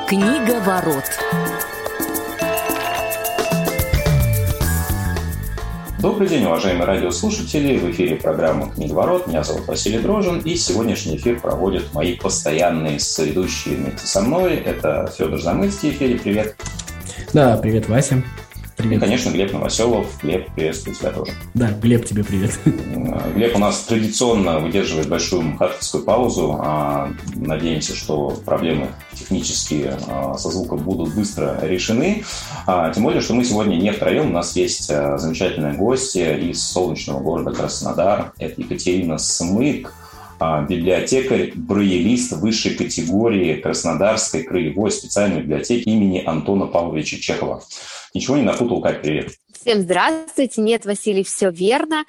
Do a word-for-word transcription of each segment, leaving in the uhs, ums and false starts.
Книга ворот. Добрый день, уважаемые радиослушатели! В эфире программа «Книга ворот». Меня зовут Василий Дрожин, и сегодняшний эфир проводят мои постоянные соведущие вместе со мной. Это Федор Замыцкий. Федя, привет! Да, привет, Вася. Привет. И, конечно, Глеб Новоселов. Глеб, приветствую тебя тоже. Да, Глеб, тебе привет. Глеб у нас традиционно выдерживает большую мхатовскую паузу. Надеемся, что проблемы технические со звуком будут быстро решены. Тем более, что мы сегодня не втроем. У нас есть замечательная гостья из солнечного города Краснодар. Это Екатерина Смык, библиотекарь, браилист высшей категории Краснодарской краевой специальной библиотеки имени Антона Павловича Чехова. Ничего не напутал, Кать, привет. Всем здравствуйте. Нет, Василий, все верно.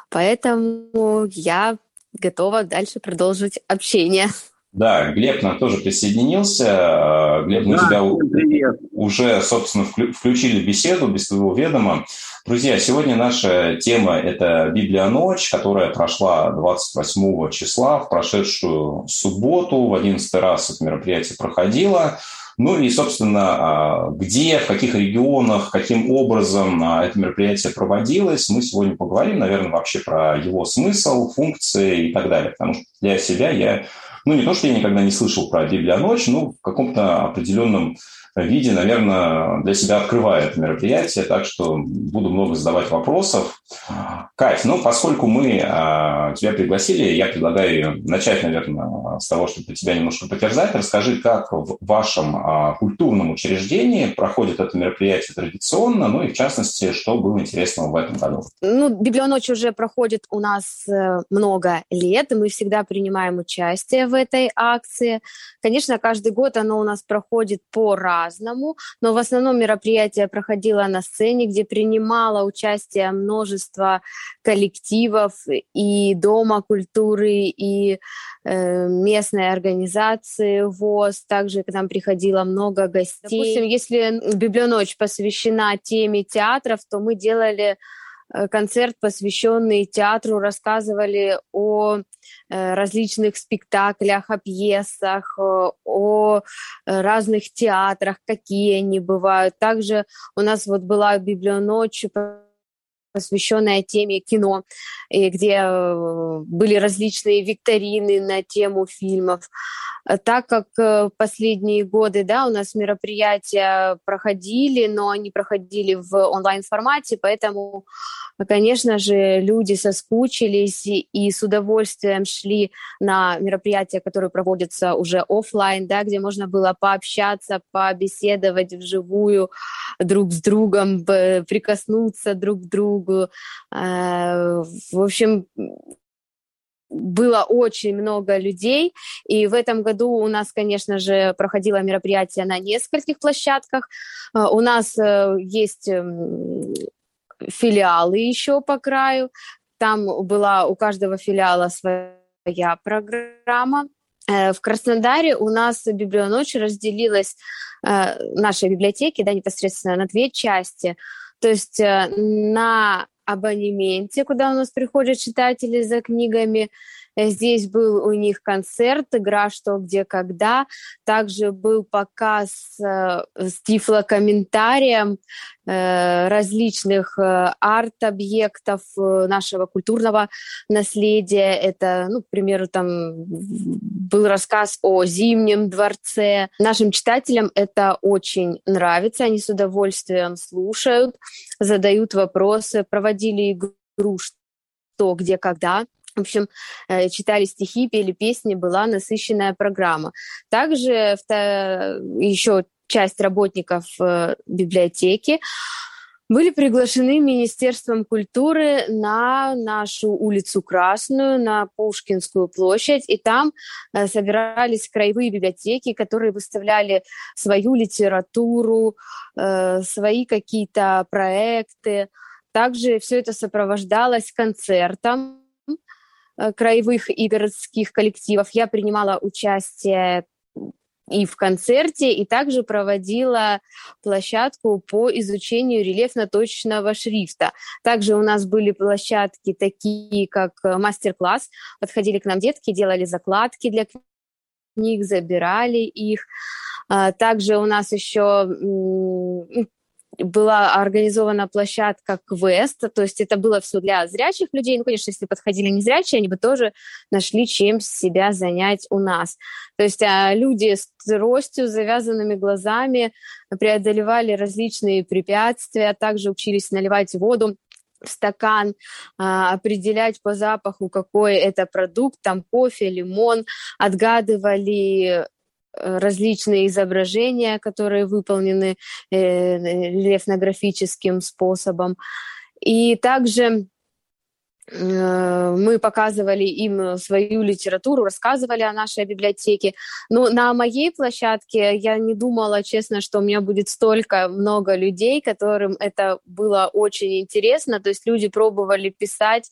Поэтому я готова дальше продолжить общение. Да, Глеб нам тоже присоединился. Глеб, мы да, тебя привет. уже, собственно, включили в беседу без твоего ведома. Друзья, сегодня наша тема – это «Библионочь», которая прошла двадцать восьмого числа, в прошедшую субботу. В одиннадцатый раз это мероприятие проходило. Ну и, собственно, где, в каких регионах, каким образом это мероприятие проводилось, мы сегодня поговорим, наверное, вообще про его смысл, функции и так далее. Потому что для себя я, ну не то, что я никогда не слышал про Библионочь, но в каком-то определенном виде, наверное, для себя открываю это мероприятие, так что буду много задавать вопросов. Кать, ну, поскольку мы а, тебя пригласили, я предлагаю начать, наверное, с того, чтобы тебя немножко потерзать. Расскажи, как в вашем а, культурном учреждении проходит это мероприятие традиционно, ну и, в частности, что было интересного в этом году? Ну, Библионочь уже проходит у нас много лет, и мы всегда принимаем участие в этой акции. Конечно, каждый год оно у нас проходит по-разному. Разному, но в основном мероприятие проходило на сцене, где принимало участие множество коллективов и Дома культуры, и э, местной организации ВОС. Также к нам приходило много гостей. Допустим, если Библионочь посвящена теме театров, то мы делали концерт, посвященный театру, рассказывали о различных спектаклях, о пьесах, о разных театрах, какие они бывают. Также у нас вот была Библионочь, посвященная теме кино, где были различные викторины на тему фильмов. Так как последние годы, да, у нас мероприятия проходили, но они проходили в онлайн-формате, поэтому, конечно же, люди соскучились и с удовольствием шли на мероприятия, которые проводятся уже офлайн, да, где можно было пообщаться, побеседовать вживую друг с другом, прикоснуться друг к другу. В общем, было очень много людей, и в этом году у нас, конечно же, проходило мероприятие на нескольких площадках. У нас есть филиалы еще по краю, там была у каждого филиала своя программа. В Краснодаре у нас Библионочь разделилась, нашей библиотеки, да, непосредственно на две части. То есть на абонементе, куда у нас приходят читатели за книгами, здесь был у них концерт, игра «Что, где, когда». Также был показ э, с тифлокомментарием э, различных э, арт-объектов э, нашего культурного наследия. Это, ну, к примеру, там был рассказ о Зимнем дворце. Нашим читателям это очень нравится, они с удовольствием слушают, задают вопросы, проводили игру «Что, где, когда». В общем, читали стихи, пели песни, была насыщенная программа. Также еще часть работников библиотеки были приглашены Министерством культуры на нашу улицу Красную, на Пушкинскую площадь, и там собирались краевые библиотеки, которые выставляли свою литературу, свои какие-то проекты. Также все это сопровождалось концертом краевых и городских коллективов. Я принимала участие и в концерте, и также проводила площадку по изучению рельефно-точного шрифта. Также у нас были площадки такие, как мастер-класс. Подходили к нам детки, делали закладки для книг, забирали их. Также у нас еще была организована площадка Квест, то есть это было все для зрячих людей. Ну, конечно, если подходили незрячие, они бы тоже нашли, чем себя занять у нас. То есть люди с тростью, завязанными глазами преодолевали различные препятствия, а также учились наливать воду в стакан, определять по запаху, какой это продукт, там кофе, лимон, отгадывали различные изображения, которые выполнены рельефно-графическим способом. И также мы показывали им свою литературу, рассказывали о нашей библиотеке. Но на моей площадке я не думала, честно, что у меня будет столько много людей, которым это было очень интересно. То есть люди пробовали писать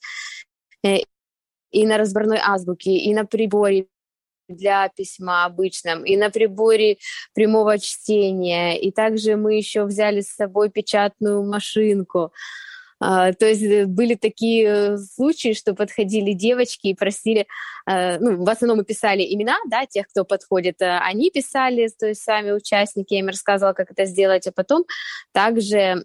и на разборной азбуке, и на приборе для письма обычном, и на приборе прямого чтения. И также мы еще взяли с собой печатную машинку. Uh, то есть были такие случаи, что подходили девочки и просили, uh, ну, в основном мы писали имена, да, тех, кто подходит, uh, они писали, то есть сами участники, я им рассказывала, как это сделать, а потом также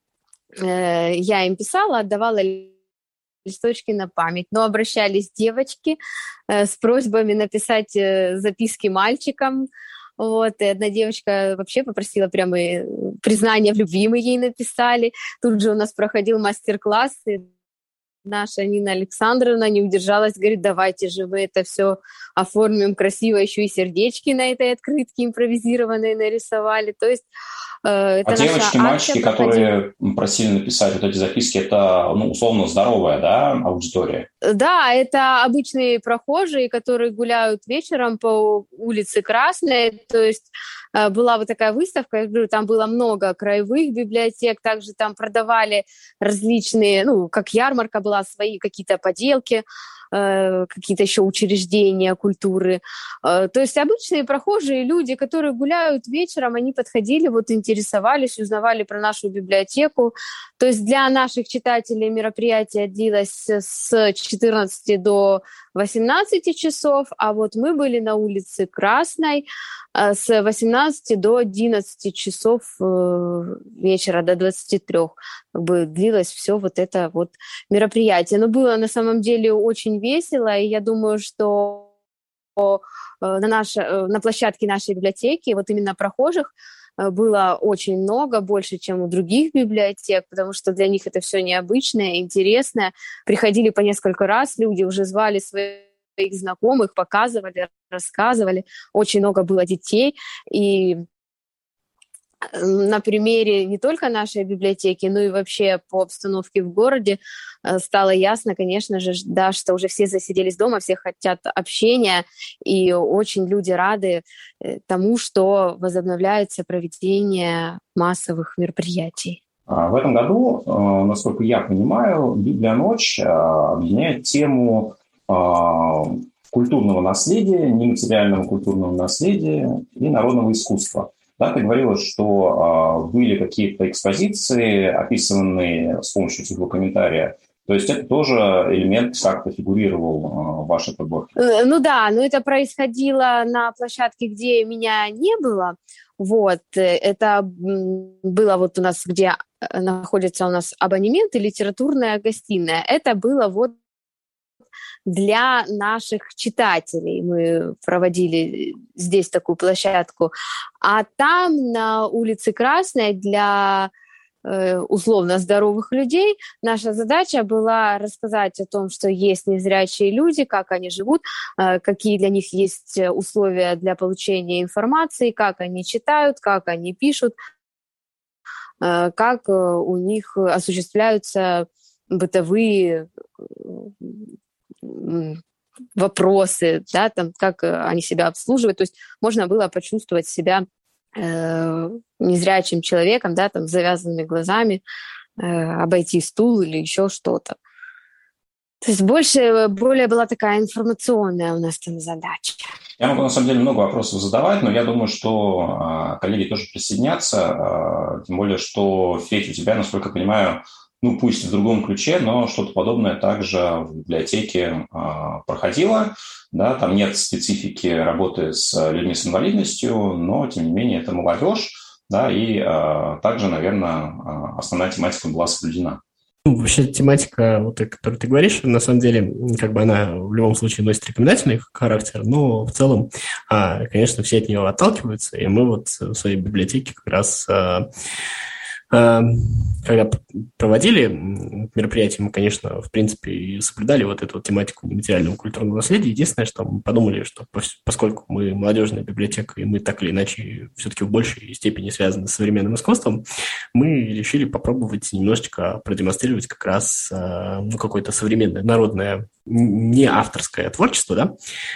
uh, я им писала, отдавала листочки на память. Но обращались девочки uh, с просьбами написать uh, записки мальчикам. Вот, и одна девочка вообще попросила прямо признания в любви, мы ей написали. Тут же у нас проходил мастер-класс, и наша Нина Александровна не удержалась, говорит, давайте же мы это все оформим красиво, еще и сердечки на этой открытке импровизированной нарисовали. То есть э, это а девочки, мальчики, которые просили написать вот эти записки, это, ну, условно, здоровая, да, аудитория? Да, это обычные прохожие, которые гуляют вечером по улице Красной. То есть э, была вот такая выставка, я говорю, там было много краевых библиотек, также там продавали различные, ну, как ярмарка была, свои какие-то поделки, э, какие-то еще учреждения культуры. Э, то есть обычные прохожие люди, которые гуляют вечером, они подходили, вот интересовались, узнавали про нашу библиотеку. То есть для наших читателей мероприятие длилось с четырнадцати до восемнадцати часов, а вот мы были на улице Красной э, с восемнадцати до одиннадцати часов э, вечера, до двадцати трёх. Как бы длилось все вот это вот мероприятие. Но было на самом деле очень весело, и я думаю, что на, наш, на площадке нашей библиотеки вот именно прохожих было очень много, больше, чем у других библиотек, потому что для них это все необычное, интересное. Приходили по несколько раз люди, уже звали своих знакомых, показывали, рассказывали. Очень много было детей, и на примере не только нашей библиотеки, но и вообще по обстановке в городе стало ясно, конечно же, да, что уже все засиделись дома, все хотят общения, и очень люди рады тому, что возобновляется проведение массовых мероприятий. В этом году, насколько я понимаю, «Библионочь» объединяет тему культурного наследия, нематериального культурного наследия и народного искусства. Да, ты говорила, что э, были какие-то экспозиции, описанные с помощью цифрокомментария. То есть это тоже элемент как-то фигурировал э, в вашей подборке? Ну да, но это происходило на площадке, где меня не было. Вот, это было вот у нас, где находится у нас абонемент и литературная гостиная. Это было вот для наших читателей. Мы проводили здесь такую площадку. А там, на улице Красной, для э, условно здоровых людей, наша задача была рассказать о том, что есть незрячие люди, как они живут, э, какие для них есть условия для получения информации, как они читают, как они пишут, э, как у них осуществляются бытовые вопросы, да, там, как они себя обслуживают. То есть можно было почувствовать себя э, незрячим человеком, да, там, с завязанными глазами, э, обойти стул или еще что-то. То есть больше, более была такая информационная у нас там задача. Я могу, на самом деле, много вопросов задавать, но я думаю, что э, коллеги тоже присоединятся, э, тем более, что, Федь, у тебя, насколько я понимаю, ну, пусть в другом ключе, но что-то подобное также в библиотеке проходило. Да, там нет специфики работы с людьми с инвалидностью, но, тем не менее, это молодежь, да, и также, наверное, основная тематика была соблюдена. Ну, вообще тематика, вот, о которой ты говоришь, на самом деле, как бы она в любом случае носит рекомендательный характер, но в целом, конечно, все от нее отталкиваются, и мы вот в своей библиотеке как раз... Когда проводили мероприятие, мы, конечно, в принципе, соблюдали вот эту вот тематику нематериального культурного наследия. Единственное, что мы подумали, что поскольку мы молодежная библиотека, и мы так или иначе все-таки в большей степени связаны с современным искусством, мы решили попробовать немножечко продемонстрировать как раз ну, какое-то современное, народное, не авторское творчество, да,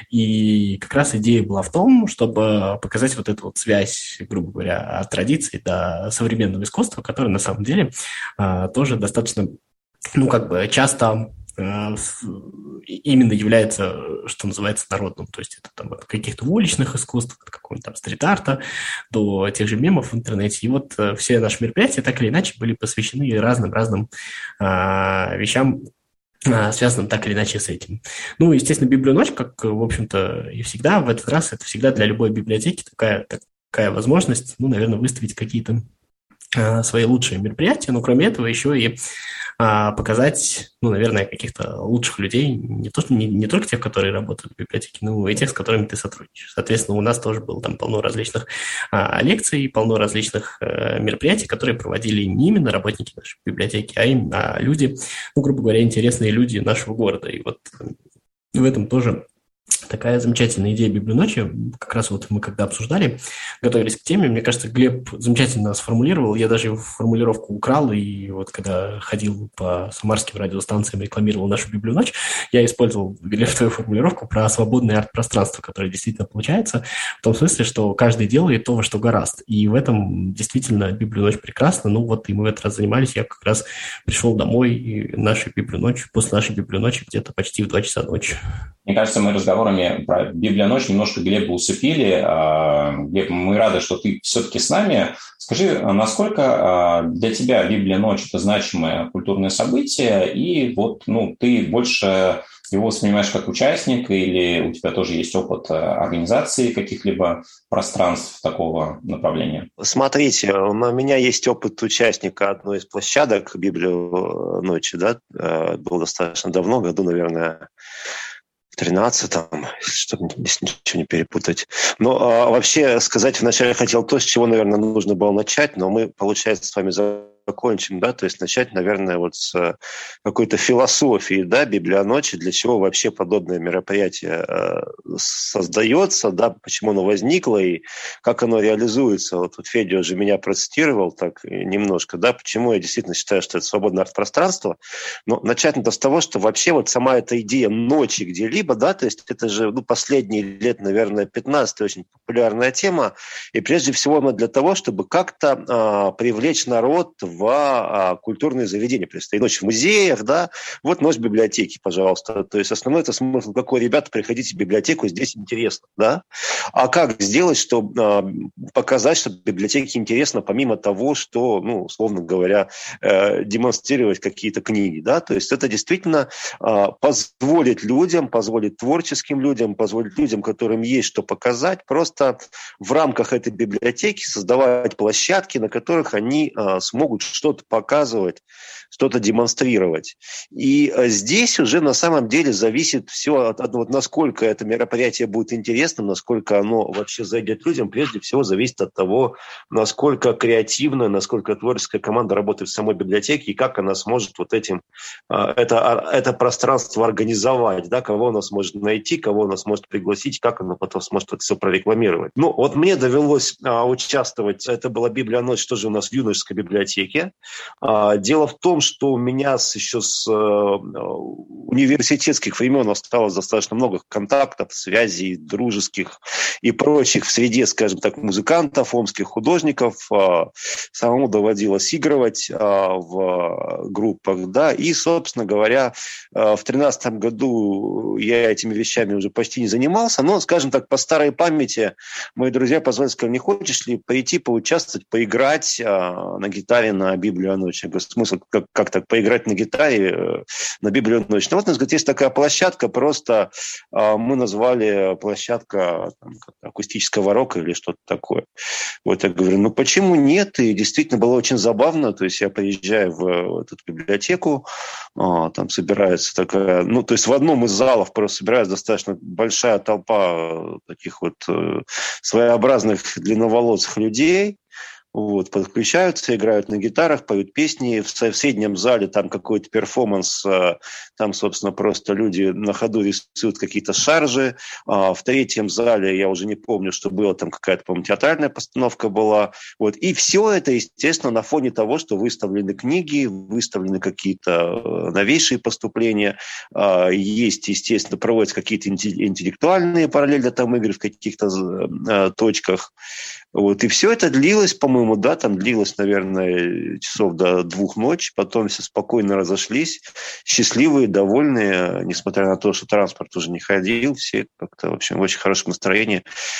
и как раз идея была в том, чтобы показать вот эту вот связь, грубо говоря, от традиций до современного искусства, которое на самом деле а, тоже достаточно, ну, как бы часто а, именно является, что называется, народным, то есть это там от каких-то уличных искусств, от какого-нибудь там стрит-арта до тех же мемов в интернете, и вот а, все наши мероприятия так или иначе были посвящены разным-разным а, вещам, связанным так или иначе с этим. Ну, естественно, библионочь, как, в общем-то, и всегда, в этот раз это всегда для любой библиотеки такая, такая возможность, ну, наверное, выставить какие-то а, свои лучшие мероприятия, но кроме этого еще и а, показать, ну, наверное, каких-то лучших людей, не, то, не, не только тех, которые работают в библиотеке, но и тех, с которыми ты сотрудничаешь. Соответственно, у нас тоже было там полно различных а, лекций, полно различных а, мероприятий, которые проводили не именно работники нашей библиотеки, а именно а люди, ну, грубо говоря, интересные люди нашего города. И вот в этом тоже такая замечательная идея библионочи. Как раз вот мы когда обсуждали, готовились к теме, мне кажется, Глеб замечательно сформулировал. Я даже формулировку украл, и вот когда ходил по самарским радиостанциям, рекламировал нашу библионочь, я использовал, Глеб, твою формулировку про свободное арт-пространство, которое действительно получается, в том смысле, что каждый делает то, во что горазд. И в этом действительно библионочь прекрасна. Ну вот, и мы в этот раз занимались. Я как раз пришел домой, и наша библионочь, после нашей библионочи где-то почти в два часа ночи. Мне кажется, мы разговорами про библионочь немножко Глеба усыпили. Глеб, мы рады, что ты все-таки с нами. Скажи, насколько для тебя библионочь – это значимое культурное событие, и вот ну, ты больше его воспринимаешь как участник, или у тебя тоже есть опыт организации каких-либо пространств такого направления? Смотрите, у меня есть опыт участника одной из площадок библионочи, да, было достаточно давно, году, наверное, в тринадцатом, чтобы ничего не перепутать. Но а, вообще сказать вначале хотел то, с чего, наверное, нужно было начать, но мы, получается, с вами закончим, да, то есть начать, наверное, вот с какой-то философии, да, библионочи, для чего вообще подобное мероприятие э, создается, да, почему оно возникло и как оно реализуется. Вот тут Федя уже меня процитировал так немножко, да, почему я действительно считаю, что это свободное арт-пространство. Но начать надо с того, что вообще вот сама эта идея ночи где-либо, да, то есть это же, ну, последние лет, наверное, пятнадцать очень популярная тема, и прежде всего она для того, чтобы как-то э, привлечь народ в в а, культурные заведения. Предстоит ночь в музеях, да, вот ночь в библиотеке, пожалуйста. То есть основной это смысл какой, ребята, приходите в библиотеку, здесь интересно, да. А как сделать, чтобы а, показать, что библиотеке интересно, помимо того, что, ну, условно говоря, э, демонстрировать какие-то книги, да, то есть это действительно а, позволит людям, позволит творческим людям, позволит людям, которым есть что показать, просто в рамках этой библиотеки создавать площадки, на которых они а, смогут что-то показывать, что-то демонстрировать. И здесь уже на самом деле зависит все от того, насколько это мероприятие будет интересным, насколько оно вообще зайдет людям. Прежде всего зависит от того, насколько креативно, насколько творческая команда работает в самой библиотеке и как она сможет вот этим, это, это пространство организовать, да, кого она сможет найти, кого она сможет пригласить, как она потом сможет это все прорекламировать. Ну, вот мне довелось а, участвовать, это была библионочь тоже у нас в юношеской библиотеке. А, дело в том, что у меня с, еще с э, университетских времен осталось достаточно много контактов, связей, дружеских и прочих в среде, скажем так, музыкантов, омских художников. Э, самому доводилось игрывать э, в группах, да, и, собственно говоря, э, в тринадцатом году я этими вещами уже почти не занимался, но, скажем так, по старой памяти мои друзья позвонили, сказали, не хочешь ли прийти, поучаствовать, поиграть э, на гитаре, на на Библию ночь. Я говорю, смысл как, как так поиграть на гитаре на Библию ночь? Ну вот, у нас, говорит, есть такая площадка, просто мы назвали площадка там, акустического рока или что-то такое. Вот я говорю, ну почему нет? И действительно было очень забавно. То есть я приезжаю в, в эту библиотеку, там собирается такая, ну то есть в одном из залов просто собирается достаточно большая толпа таких вот своеобразных длинноволосых людей. Вот, подключаются, играют на гитарах, поют песни. В соседнем зале там какой-то перформанс, там, собственно, просто люди на ходу рисуют какие-то шаржи. В третьем зале, я уже не помню, что было, там какая-то, по-моему, театральная постановка была. Вот. И все это, естественно, на фоне того, что выставлены книги, выставлены какие-то новейшие поступления. Есть, естественно, проводятся какие-то интеллектуальные параллельно там игры в каких-то точках. Вот. И все это длилось, по-моему, да, там длилось, наверное, часов до двух ночи. Потом все спокойно разошлись, счастливые, довольные, несмотря на то, что транспорт уже не ходил. Все как-то, в общем, в очень хорошем настроении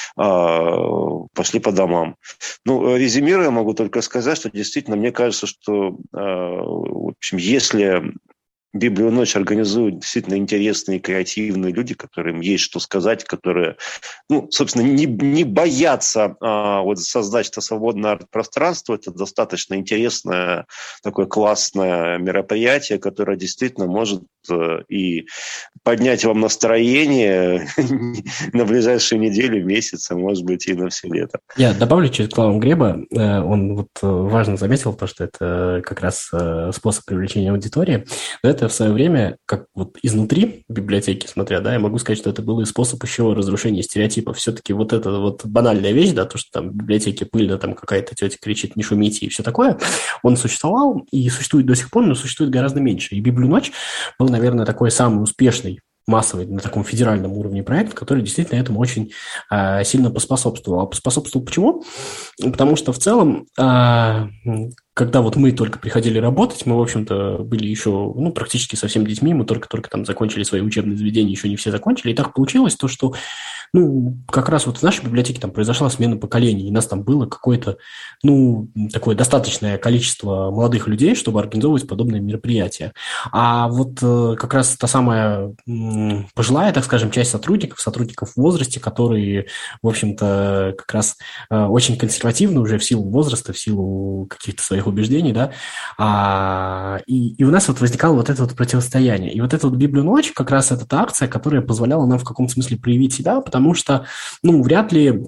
пошли по домам. Ну, резюмируя, могу только сказать, что действительно, мне кажется, что, в общем, если Библию ночь организуют действительно интересные, креативные люди, которым есть что сказать, которые, ну, собственно, не, не боятся а, вот создать это свободное арт-пространство. Это достаточно интересное, такое классное мероприятие, которое действительно может а, и поднять вам настроение на ближайшие недели, месяцы, может быть, и на все лето. Я добавлю через Клаву Греба. Он вот важно заметил, то, что это как раз способ привлечения аудитории. Но это в свое время, как вот изнутри библиотеки, смотря, да, я могу сказать, что это был и способ еще разрушения стереотипов. Все-таки вот эта вот банальная вещь, да, то, что там в библиотеке пыльно, там какая-то тетя кричит «не шумите» и все такое, он существовал и существует до сих пор, но существует гораздо меньше. И «Библию ночь» был, наверное, такой самый успешный массовый на таком федеральном уровне проект, который действительно этому очень э, сильно поспособствовал. А поспособствовал почему? Потому что в целом, э, когда вот мы только приходили работать, мы, в общем-то, были еще, ну, практически совсем детьми, мы только-только там закончили свои учебные заведения, еще не все закончили, и так получилось то, что, ну, как раз вот в нашей библиотеке там произошла смена поколений, и нас там было какое-то, ну, такое достаточное количество молодых людей, чтобы организовывать подобные мероприятия. А вот э, как раз та самая м, пожилая, так скажем, часть сотрудников, сотрудников в возрасте, которые, в общем-то, как раз э, очень консервативны уже в силу возраста, в силу каких-то своих убеждений, да, а, и, и у нас вот возникало вот это вот противостояние. И вот эта вот Библию ночь, как раз это та акция, которая позволяла нам в каком-то смысле проявить себя, потому что, ну, вряд ли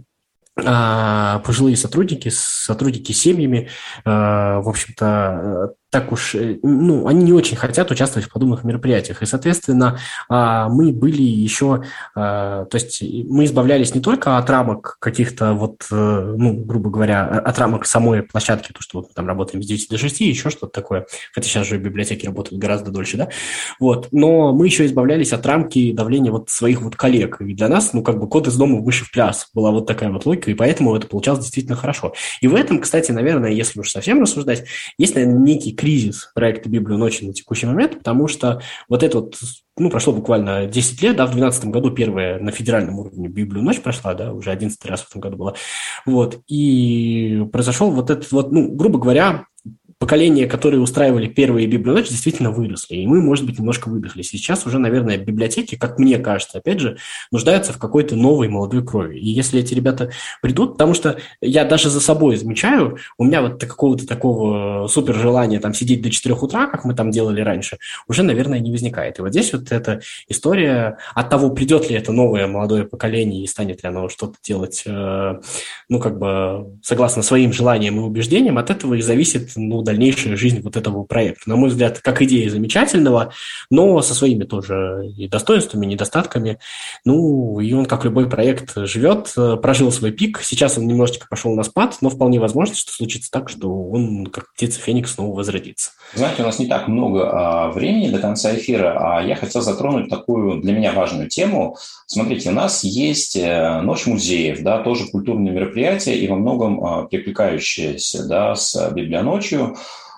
а, пожилые сотрудники, сотрудники с семьями, а, в общем-то, так уж, ну, они не очень хотят участвовать в подобных мероприятиях. И, соответственно, мы были еще, то есть мы избавлялись не только от рамок каких-то, вот, ну, грубо говоря, от рамок самой площадки, то, что вот мы там работаем с девяти до шести, еще что-то такое, хотя сейчас же библиотеки работают гораздо дольше, да, вот, но мы еще избавлялись от рамки давления вот своих вот коллег. И для нас, ну, как бы кот из дома выше в пляс, была вот такая вот логика, и поэтому это получалось действительно хорошо. И в этом, кстати, наверное, если уж совсем рассуждать, есть, наверное, некий кризис проекта «Библию ночи» на текущий момент, потому что вот это вот, ну, прошло буквально десять лет, да, в две тысячи двенадцатом году первая на федеральном уровне «Библию ночь» прошла, да, уже одиннадцатый раз в этом году была, вот, и произошел вот этот вот, ну, грубо говоря, поколения, которые устраивали первые Библию ночь, действительно выросли, и мы, может быть, немножко выдохли. Сейчас уже, наверное, библиотеки, как мне кажется, опять же, нуждаются в какой-то новой молодой крови. И если эти ребята придут, потому что я даже за собой замечаю, у меня вот какого-то такого супер желания там сидеть до четырех утра, как мы там делали раньше, уже, наверное, не возникает. И вот здесь вот эта история от того, придет ли это новое молодое поколение и станет ли оно что-то делать, ну, как бы, согласно своим желаниям и убеждениям, от этого и зависит, ну, дальнейшая жизнь вот этого проекта. На мой взгляд, как идея замечательного, но со своими тоже и достоинствами, и недостатками. Ну, и он, как любой проект, живет, прожил свой пик. Сейчас он немножечко пошел на спад, но вполне возможно, что случится так, что он, как птица Феникс, снова возродится. Знаете, у нас не так много а, времени до конца эфира, а я хотел затронуть такую для меня важную тему. Смотрите, у нас есть Ночь музеев, да, тоже культурное мероприятие и во многом а, перекликающееся, да, с Библионочью.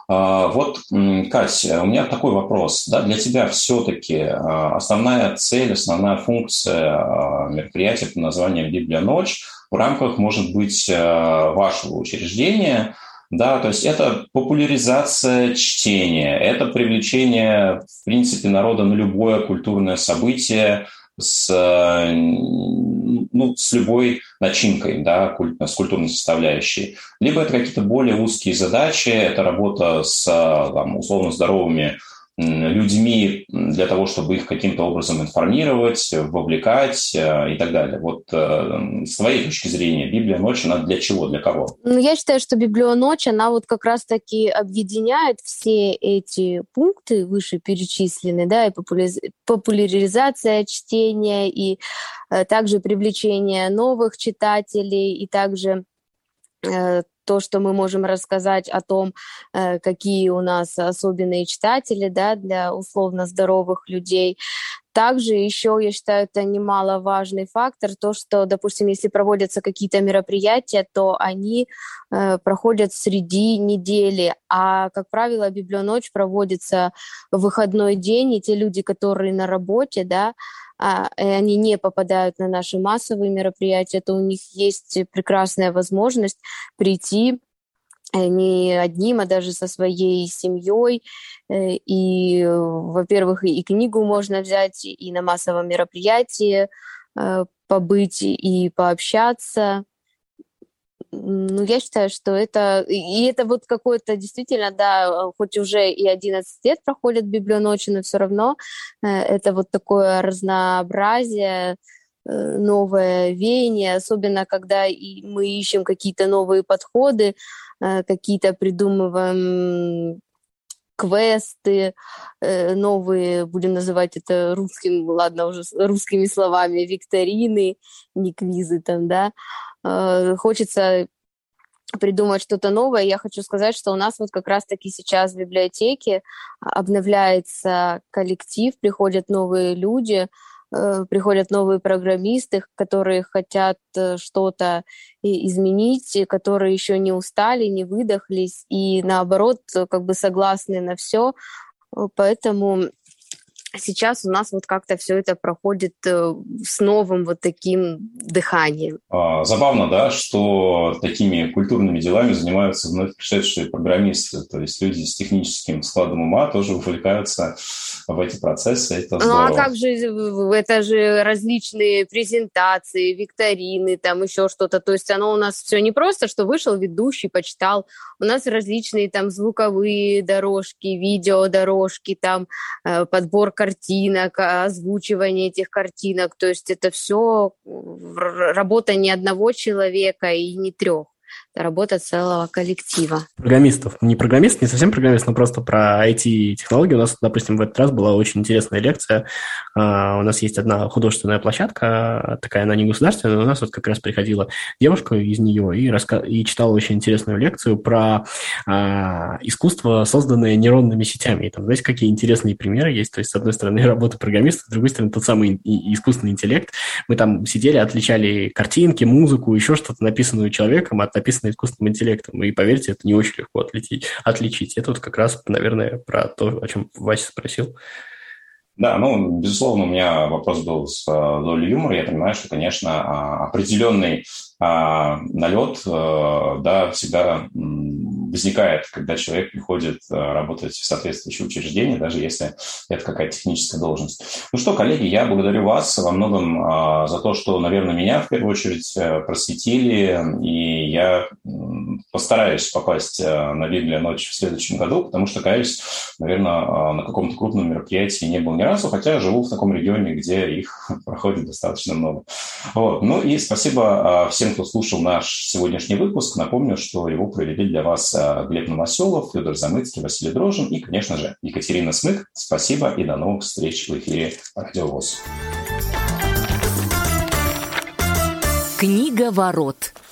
Вот, Кать, у меня такой вопрос. Да, для тебя все-таки основная цель, основная функция мероприятия под названием «Библия ночь» в рамках, может быть, вашего учреждения Да, то есть это популяризация чтения, это привлечение, в принципе, народа на любое культурное событие с, ну, с любой начинкой, да, с культурной составляющей. Либо это какие-то более узкие задачи, это работа с, там, условно здоровыми людьми для того, чтобы их каким-то образом информировать, вовлекать и так далее. Вот с твоей точки зрения, Библия ночи, она для чего, для кого? Ну, я считаю, что Библия ночь, она вот как раз-таки объединяет все эти пункты вышеперечисленные, да, и популяризация чтения, и также привлечение новых читателей, и также то, что мы можем рассказать о том, какие у нас особенные читатели, да, для условно здоровых людей. Также еще, я считаю, это немаловажный фактор, то, что, допустим, если проводятся какие-то мероприятия, то они э, проходят среди недели, а, как правило, Библионочь проводится в выходной день, и те люди, которые на работе, да, а, они не попадают на наши массовые мероприятия, то у них есть прекрасная возможность прийти не одним, а даже со своей семьей. И, во-первых, и книгу можно взять, и на массовом мероприятии побыть, и пообщаться. Ну, я считаю, что это... И это вот какое-то действительно, да, хоть уже и одиннадцать лет проходит Библионочи, но все равно это вот такое разнообразие, новое веяние, особенно когда мы ищем какие-то новые подходы, какие-то придумываем квесты, новые, будем называть это русским, ладно, уже русскими словами, викторины, не квизы там, да. Хочется придумать что-то новое. Я хочу сказать, что у нас вот как раз-таки сейчас в библиотеке обновляется коллектив, приходят новые люди, приходят новые программисты, которые хотят что-то изменить, которые еще не устали, не выдохлись и, наоборот, как бы согласны на все. Поэтому сейчас у нас вот как-то все это проходит с новым вот таким дыханием. Забавно, да, что такими культурными делами занимаются вновь пришедшие программисты, то есть люди с техническим складом ума тоже увлекаются в эти процессы, это здорово. Ну а как же, это же различные презентации, викторины, там еще что-то, то есть оно у нас все не просто, что вышел ведущий, почитал, у нас различные там звуковые дорожки, видеодорожки, там подбор картинок, озвучивание этих картинок, то есть это все работа не одного человека и не трех. Это работа целого коллектива. Программистов. Не программист, не совсем программист, но просто про ай ти-технологии. У нас, допустим, в этот раз была очень интересная лекция. Uh, у нас есть одна художественная площадка, такая она не государственная, но у нас вот как раз приходила девушка из нее и, раска... и читала очень интересную лекцию про uh, искусство, созданное нейронными сетями. И там, знаете, какие интересные примеры есть. То есть, с одной стороны, работа программиста, с другой стороны, тот самый и- искусственный интеллект. Мы там сидели, отличали картинки, музыку, еще что-то, написанную человеком, от написанного искусственным интеллектом. И, поверьте, это не очень легко отличить. отличить. Это вот как раз, наверное, про то, о чем Вася спросил. Да, ну, безусловно, у меня вопрос был с долей юмора. Я понимаю, что, конечно, определенный налет, да, всегда возникает, когда человек приходит работать в соответствующее учреждение, даже если это какая-то техническая должность. Ну что, коллеги, я благодарю вас во многом за то, что, наверное, меня в первую очередь просветили, и я постараюсь попасть на Библия ночь в следующем году, потому что, каюсь, наверное, на каком-то крупном мероприятии не был ни разу, хотя живу в таком регионе, где их проходит достаточно много. Вот. Ну и спасибо всем, кто слушал наш сегодняшний выпуск. Напомню, что его провели для вас Глеб Новоселов, Федор Замыцкий, Василий Дрожин и, конечно же, Екатерина Смык. Спасибо и до новых встреч в эфире Радио ВОС. Книга ворот.